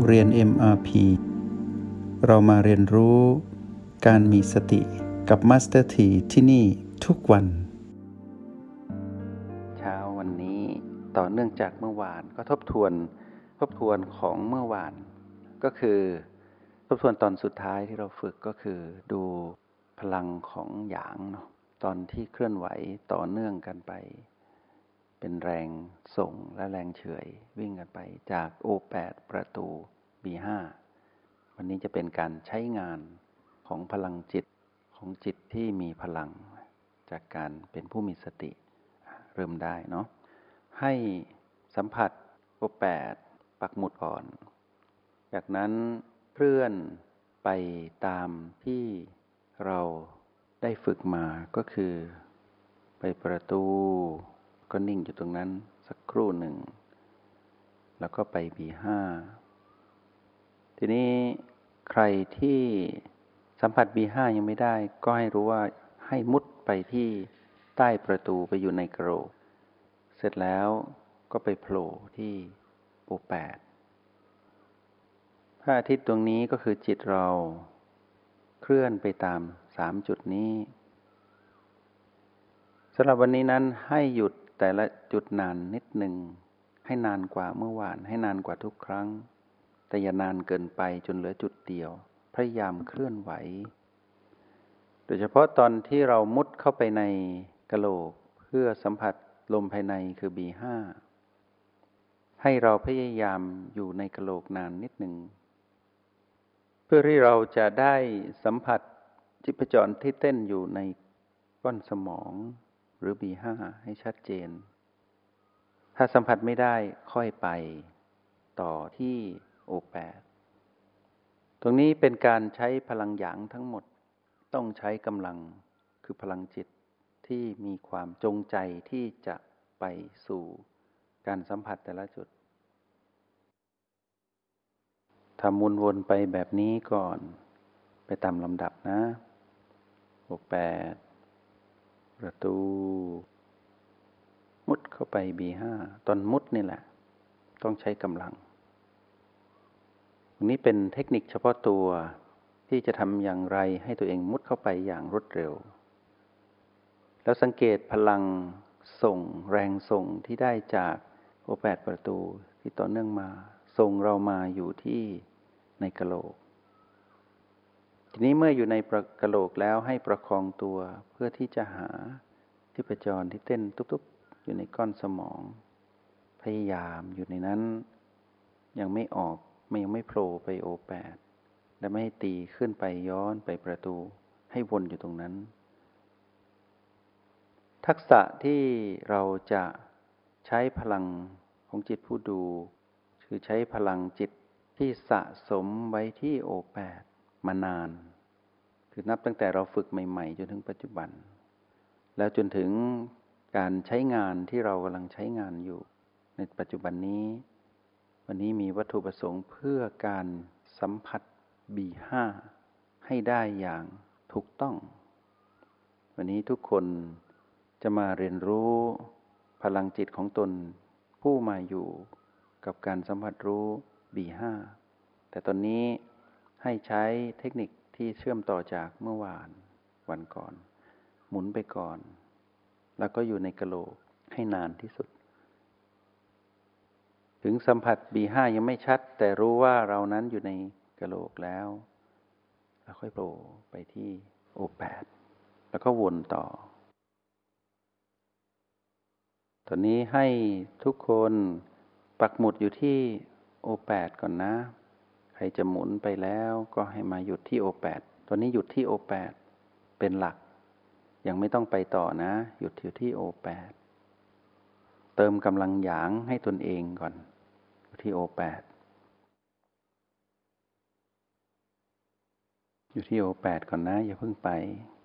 เรียน MRP เรามาเรียนรู้การมีสติกับ Master T ที่นี่ทุกวันเช้าวันนี้ต่อเนื่องจากเมื่อวานก็ทบทวนของเมื่อวานก็คือทบทวนตอนสุดท้ายที่เราฝึกก็คือดูพลังของหยางเนาะตอนที่เคลื่อนไหวต่อเนื่องกันไปเป็นแรงส่งและแรงเฉื่อยวิ่งกันไปจาก O8 ประตู B5 วันนี้จะเป็นการใช้งานของพลังจิตของจิตที่มีพลังจากการเป็นผู้มีสติเริ่มได้เนาะให้สัมผัส O8 ปักหมุดก่อนจากนั้นเคลื่อนไปตามที่เราได้ฝึกมาก็คือไปประตูก็นิ่งอยู่ตรงนั้นสักครู่หนึ่งแล้วก็ไป B5 ทีนี้ใครที่สัมผัส B5 ยังไม่ได้ก็ให้รู้ว่าให้มุดไปที่ใต้ประตูไปอยู่ในกระโหลกเสร็จแล้วก็ไปโผล่ที่ O8 พระอาทิตย์ตรงนี้ก็คือจิตเราเคลื่อนไปตาม3จุดนี้สำหรับวันนี้นั้นให้หยุดแต่ละจุดนานนิดหนึ่งให้นานกว่าเมื่อวานให้นานกว่าทุกครั้งแต่อย่านานเกินไปจนเหลือจุดเดียวพยายามเคลื่อนไหวโดยเฉพาะตอนที่เรามุดเข้าไปในกะโหลกเพื่อสัมผัสลมภายในคือ B5 ให้เราพยายามอยู่ในกะโหลกนานนิดหนึ่งเพื่อที่เราจะได้สัมผัสชีพจรที่เต้นอยู่ในก้อนสมองหรือ B5 ให้ชัดเจนถ้าสัมผัสไม่ได้ค่อยไปต่อที่ O8 ตรงนี้เป็นการใช้พลังหยางทั้งหมดต้องใช้กำลังคือพลังจิตที่มีความจงใจที่จะไปสู่การสัมผัสแต่ละจุดทำวนๆไปแบบนี้ก่อนไปตามลำดับนะ O8 ประตูมุดเข้าไป B5 ตอนมุดนี่แหละต้องใช้กำลังตรงนี้เป็นเทคนิคเฉพาะตัวที่จะทำอย่างไรให้ตัวเองมุดเข้าไปอย่างรวดเร็วแล้วสังเกตพลังส่งแรงส่งที่ได้จาก O8 ประตูที่ต่อเนื่องมาส่งเรามาอยู่ที่ในกะโหลกทีนี้เมื่ออยู่ในกะโหลกแล้วให้ประคองตัวเพื่อที่จะหาชีพจรที่เต้นตุ๊บๆอยู่ในก้อนสมองพยายามอยู่ในนั้นยังไม่ออกยังไม่โผล่ไป O8 และไม่ให้ตีขึ้นไปย้อนไปประตูให้วนอยู่ตรงนั้นทักษะที่เราจะใช้พลังของจิตผู้ดูคือใช้พลังจิตที่สะสมไว้ที่ O8 มานานคือนับตั้งแต่เราฝึกใหม่ๆจนถึงปัจจุบันแล้วจนถึงการใช้งานที่เรากำลังใช้งานอยู่ในปัจจุบันนี้วันนี้มีวัตถุประสงค์เพื่อการสัมผัส B5 ให้ได้อย่างถูกต้องวันนี้ทุกคนจะมาเรียนรู้พลังจิตของตนผู้มาอยู่กับการสัมผัสรู้ B5 แต่ตอนนี้ให้ใช้เทคนิคที่เชื่อมต่อจากเมื่อวานวันก่อนหมุนไปก่อนแล้วก็อยู่ในกะโหลกให้นานที่สุดถึงสัมผัส B5 ยังไม่ชัดแต่รู้ว่าเรานั้นอยู่ในกะโหลกแล้วค่อยโผล่ไปที่ O8 แล้วก็วนต่อตอนนี้ให้ทุกคนปักหมุดอยู่ที่ O8 ก่อนนะใครจะหมุนไปแล้วก็ให้มาหยุดที่ O8 ตอนนี้หยุดที่ O8 เป็นหลักยังไม่ต้องไปต่อนะหยุดที่ O8 เติมกำลังหยางให้ตนเองก่อนอยู่ที่ O8 อยู่ที่ O8 ก่อนนะอย่าเพิ่งไป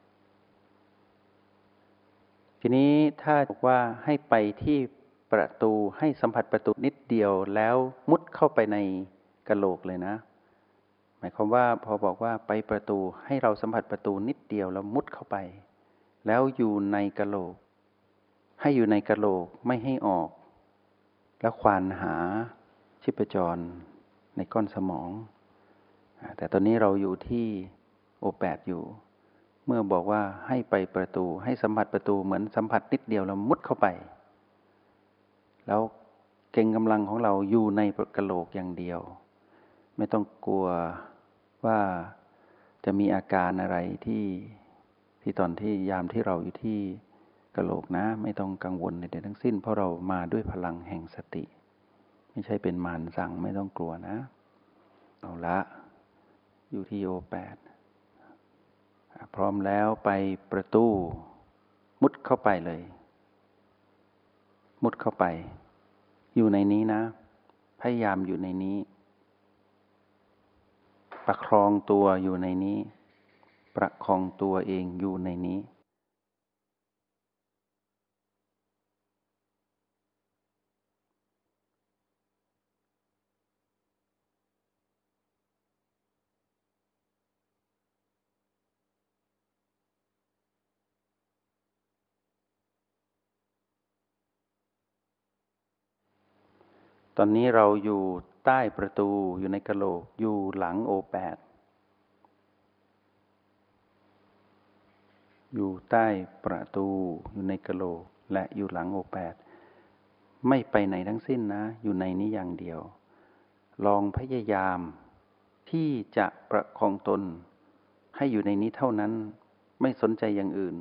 ทีนี้ถ้าบอกว่าให้ไปที่ประตูให้สัมผัสประตูนิดเดียวแล้วมุดเข้าไปในกะโหลกเลยนะหมายความว่าพอบอกว่าไปประตูให้เราสัมผัสประตูนิดเดียวแล้วมุดเข้าไปแล้วอยู่ในกะโหลกให้อยู่ในกะโหลกไม่ให้ออกแล้วควานหาชีพจรในก้อนสมองแต่ตอนนี้เราอยู่ที่โอแปดอยู่เมื่อบอกว่าให้ไปประตูให้สัมผัสประตูเหมือนสัมผัสนิดเดียวเรามุดเข้าไปแล้วเก่งกำลังของเราอยู่ในกะโหลกอย่างเดียวไม่ต้องกลัวว่าจะมีอาการอะไรที่ตอนที่ยามที่เราอยู่ที่กะโหลกนะไม่ต้องกังวลใดๆทั้งสิ้นเพราะเรามาด้วยพลังแห่งสติไม่ใช่เป็นมารสั่งไม่ต้องกลัวนะเอาละอยู่ที่โอแปดพร้อมแล้วไปประตูมุดเข้าไปเลยมุดเข้าไปอยู่ในนี้นะพยายามอยู่ในนี้ประคองตัวอยู่ในนี้ประคองตัวเองอยู่ในนี้ตอนนี้เราอยู่ใต้ประตูอยู่ในกะโหลกอยู่หลังโอแปดอยู่ใต้ประตูอยู่ในกะโหลกและอยู่หลังโอแปดไม่ไปไหนทั้งสิ้นนะอยู่ในนี้อย่างเดียวลองพยายามที่จะประคองตนให้อยู่ในนี้เท่านั้นไม่สนใจอย่างอื่น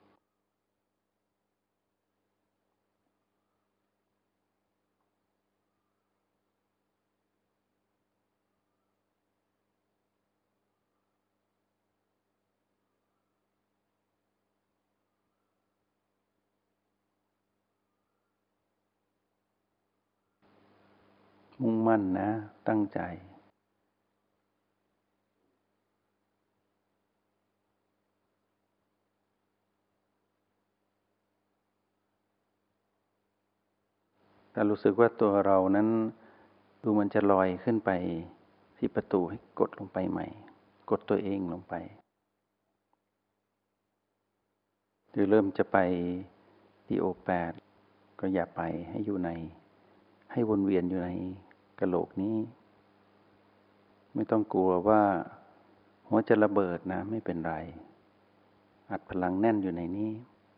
มุ่งมั่นนะตั้งใจแต่รู้สึกว่าตัวเรานั้นดูมันจะลอยขึ้นไปที่ประตูให้กดลงไปใหม่กดตัวเองลงไปหรือเริ่มจะไปที่โอแปดก็อย่าไปให้อยู่ในให้วนเวียนอยู่ในกะโหลกนี้ไม่ต้องกลัวว่าหัวจะระเบิดนะไม่เป็นไรอัดพลังแน่นอยู่ในนี้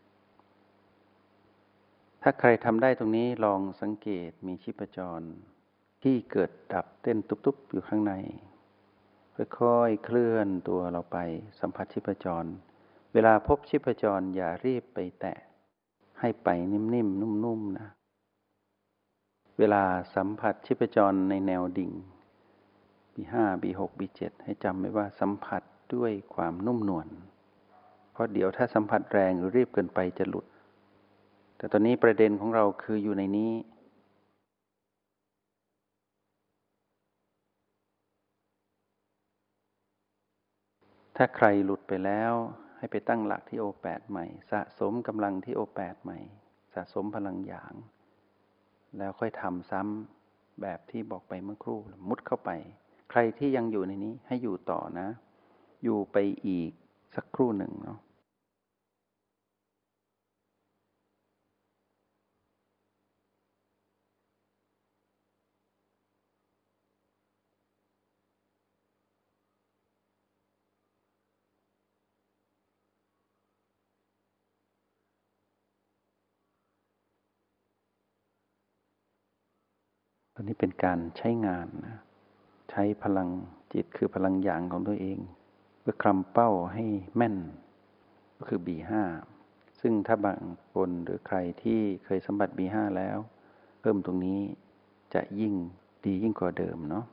ถ้าใครทำได้ตรงนี้ลองสังเกตมีชีพจรที่เกิดดับเต้นตุบๆอยู่ข้างในค่อยๆเคลื่อนตัวเราไปสัมผัสชีพจรเวลาพบชีพจรอย่ารีบไปแตะให้ไปนิ่มๆนุ่มๆนะเวลาสัมผัสชีพจรในแนวดิ่ง B5 B6 B7 ให้จำไว้ว่าสัมผัสด้วยความนุ่มนวลเพราะเดี๋ยวถ้าสัมผัสแรงหรือรีบเกินไปจะหลุดแต่ตอนนี้ประเด็นของเราคืออยู่ในนี้ถ้าใครหลุดไปแล้วให้ไปตั้งหลักที่โอแปดใหม่สะสมกำลังที่โอแปดใหม่สะสมพลังหยางแล้วค่อยทำซ้ำแบบที่บอกไปเมื่อครู่มุดเข้าไปใครที่ยังอยู่ในนี้ให้อยู่ต่อนะอยู่ไปอีกสักครู่หนึ่งเนาะตอนนี้เป็นการใช้งานนะใช้พลังจิตคือพลังหยางของตัวเองเพื่อคลำเป้าให้แม่นก็คือ B5 ซึ่งถ้าบางคนหรือใครที่เคยสัมผัส B5 แล้วเพิ่มตรงนี้จะยิ่งดียิ่งกว่าเดิมเนาะ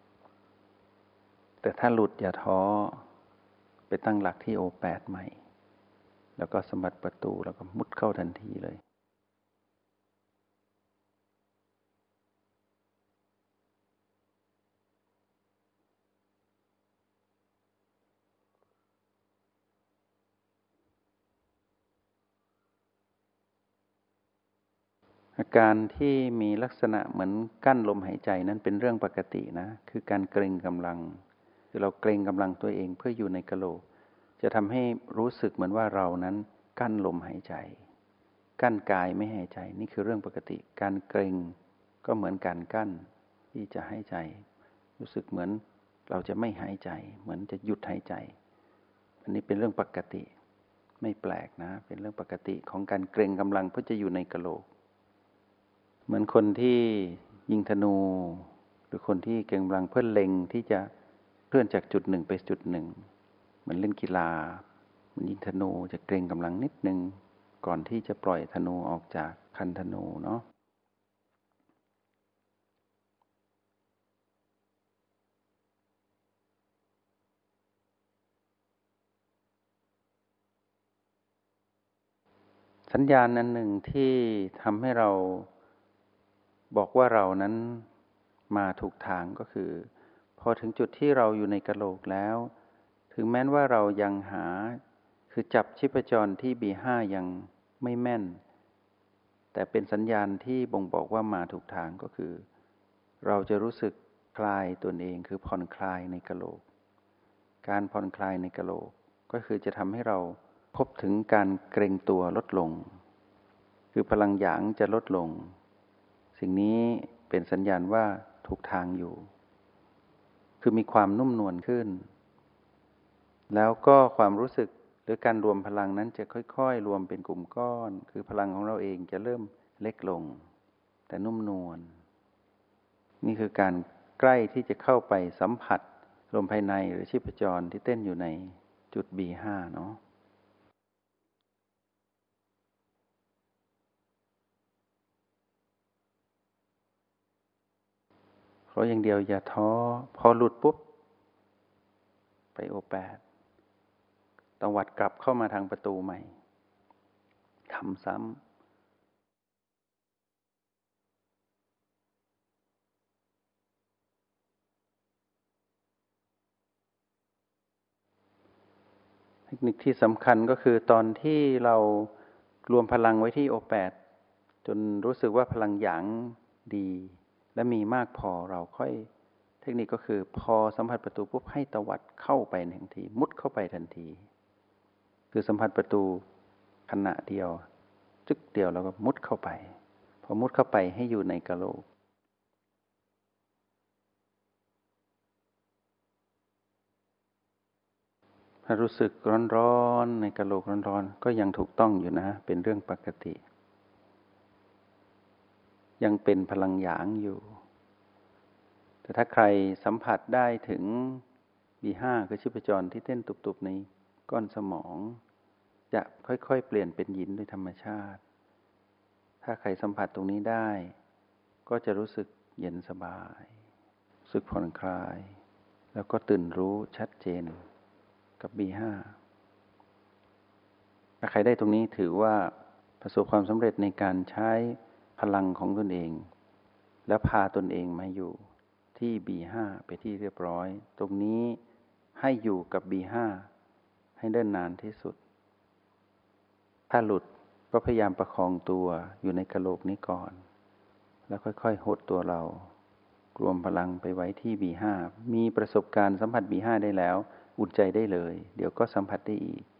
แต่ถ้าหลุดอย่าท้อไปตั้งหลักที่ O8 ใหม่แล้วก็สัมผัสประตูแล้วก็มุดเข้าทันทีเลยอาการที่มีลักษณะเหมือนกั้นลมหายใจนั้นเป็นเรื่องปกตินะคือการเกร็งกำลังคือเราเกร็งกำลังตัวเองเพื่ออยู่ในกะโหลกจะทำให้รู้สึกเหมือนว่าเรานั้นกั้นลมหายใจกั้นกายไม่หายใจนี่คือเรื่องปกติการเกร็งก็เหมือนการกั้นที่จะหายใจรู้สึกเหมือนเราจะไม่หายใจเหมือนจะหยุดหายใจอันนี้เป็นเรื่องปกติไม่แปลกนะเป็นเรื่องปกติของการเกร็งกำลังเพื่อจะอยู่ในกะโหลกเหมือนคนที่ยิงธนูหรือคนที่เกร็งกำลังเพื่อเล็งที่จะเคลื่อนจากจุดหนึ่งไปจุดหนึ่งเหมือนเล่นกีฬาเหมือนยิงธนูจะเกร็งกำลังนิดนึงก่อนที่จะปล่อยธนูออกจากคันธนูเนาะสัญญาณอันหนึ่งที่ทำให้เราบอกว่าเรานั้นมาถูกทางก็คือพอถึงจุดที่เราอยู่ในกะโหลกแล้วถึงแม้ว่าเรายังหาคือจับชีพจรที่ B5 ยังไม่แม่นแต่เป็นสัญญาณที่บ่งบอกว่ามาถูกทางก็คือเราจะรู้สึกคลายตนเองคือผ่อนคลายในกะโหลกการผ่อนคลายในกะโหลกก็คือจะทำให้เราพบถึงการเกร็งตัวลดลงคือพลังหยางจะลดลงสิ่งนี้เป็นสัญญาณว่าถูกทางอยู่คือมีความนุ่มนวลขึ้นแล้วก็ความรู้สึกหรือการรวมพลังนั้นจะค่อยๆรวมเป็นกลุ่มก้อนคือพลังของเราเองจะเริ่มเล็กลงแต่นุ่มนวลนี่คือการใกล้ที่จะเข้าไปสัมผัสลมภายในหรือชีพจรที่เต้นอยู่ในจุด B5 เนาะเพราะอย่างเดียวอย่าท้อพอหลุดปุ๊บไปO8ตวัดกลับเข้ามาทางประตูใหม่ทำซ้ำเทคนิคที่สำคัญก็คือตอนที่เรารวมพลังไว้ที่O8จนรู้สึกว่าพลังหยางดีและมีมากพอเราค่อยเทคนิคก็คือพอสัมผัสประตูปุ๊บให้ตวัดเข้าไปทันทีมุดเข้าไปทันทีคือสัมผัสประตูขณะเดียวจึ๊กเดียวแล้วก็มุดเข้าไปพอมุดเข้าไปให้อยู่ในกะโหลกถ้ารู้สึกร้อนๆในกะโหลกร้อนๆก็ยังถูกต้องอยู่นะเป็นเรื่องปกติยังเป็นพลังหยางอยู่แต่ถ้าใครสัมผัสได้ถึง B5 คือชีพจรที่เต้นตุบๆในก้อนสมองจะค่อยๆเปลี่ยนเป็นหยินโดยธรรมชาติถ้าใครสัมผัสตรงนี้ได้ก็จะรู้สึกเย็นสบายรู้สึกผ่อนคลายแล้วก็ตื่นรู้ชัดเจนกับ B5 ถ้าใครได้ตรงนี้ถือว่าประสบความสำเร็จในการใช้พลังของตนเองแล้วพาตนเองมาอยู่ที่ B5 ไปที่เรียบร้อยตรงนี้ให้อยู่กับ B5 ให้ได้นานที่สุดถ้าหลุดก็พยายามประคองตัวอยู่ในกะโหลกนี้ก่อนแล้วค่อยๆหดตัวเรารวมพลังไปไว้ที่ B5 มีประสบการณ์สัมผัส B5 ได้แล้วอุ่นใจได้เลยเดี๋ยวก็สัมผัสได้อีก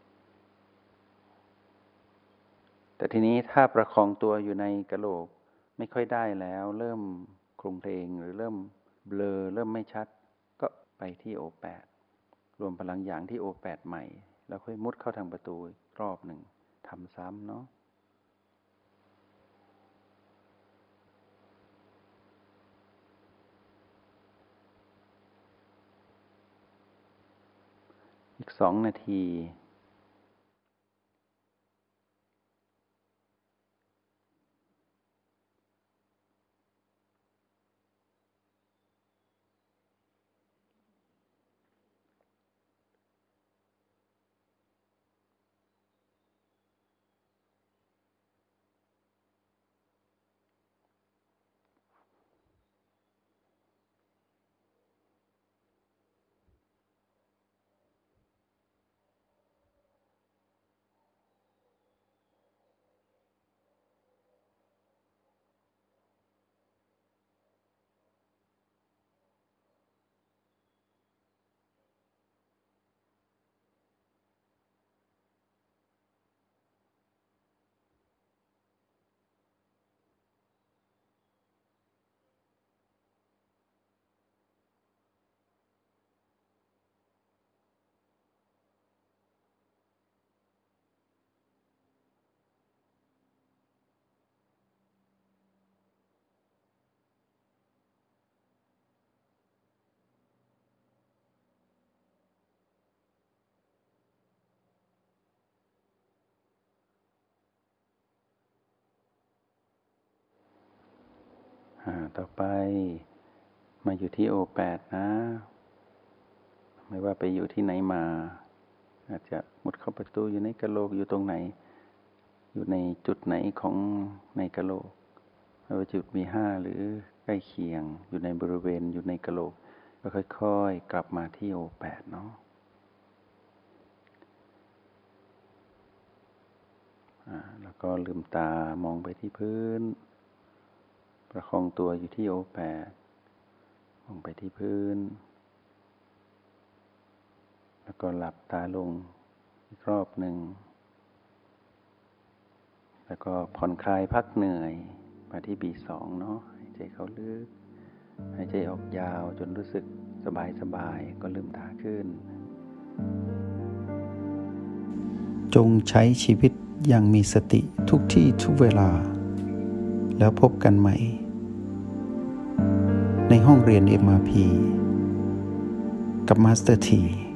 แต่ทีนี้ถ้าประคองตัวอยู่ในกะโหลกไม่ค่อยได้แล้วเริ่มโครงเพลงหรือเริ่มเบลอเริ่มไม่ชัดก็ไปที่O8รวมพลังหยางที่O8ใหม่แล้วค่อยมุดเข้าทางประตูอีกรอบหนึ่งทำซ้ำเนาะอีก2 นาทีต่อไปมาอยู่ที่ O8 นะ ไม่ว่าไปอยู่ที่ไหนมา อาจจะมุดเข้าประตูอยู่ในกะโหลกอยู่ตรงไหน อยู่ในจุดไหนของในกะโหลกไม่ว่าจุดมี5หรือใกล้เคียงอยู่ในบริเวณอยู่ในกะโหลกก็ค่อยๆกลับมาที่ O8 เนาะแล้วก็ลืมตามองไปที่พื้นประคองตัวอยู่ที่ O8 มองไปที่พื้นแล้วก็หลับตาลงอีกรอบหนึ่งแล้วก็ผ่อนคลายพักเหนื่อยมาที่ B2 เนาะหายใจเข้าลึกหายใจออกยาวจนรู้สึกสบายๆก็ลืมตาขึ้นจงใช้ชีวิตอย่างมีสติทุกที่ทุกเวลาแล้วพบกันใหม่ในห้องเรียน MRP กับมาสเตอร์ที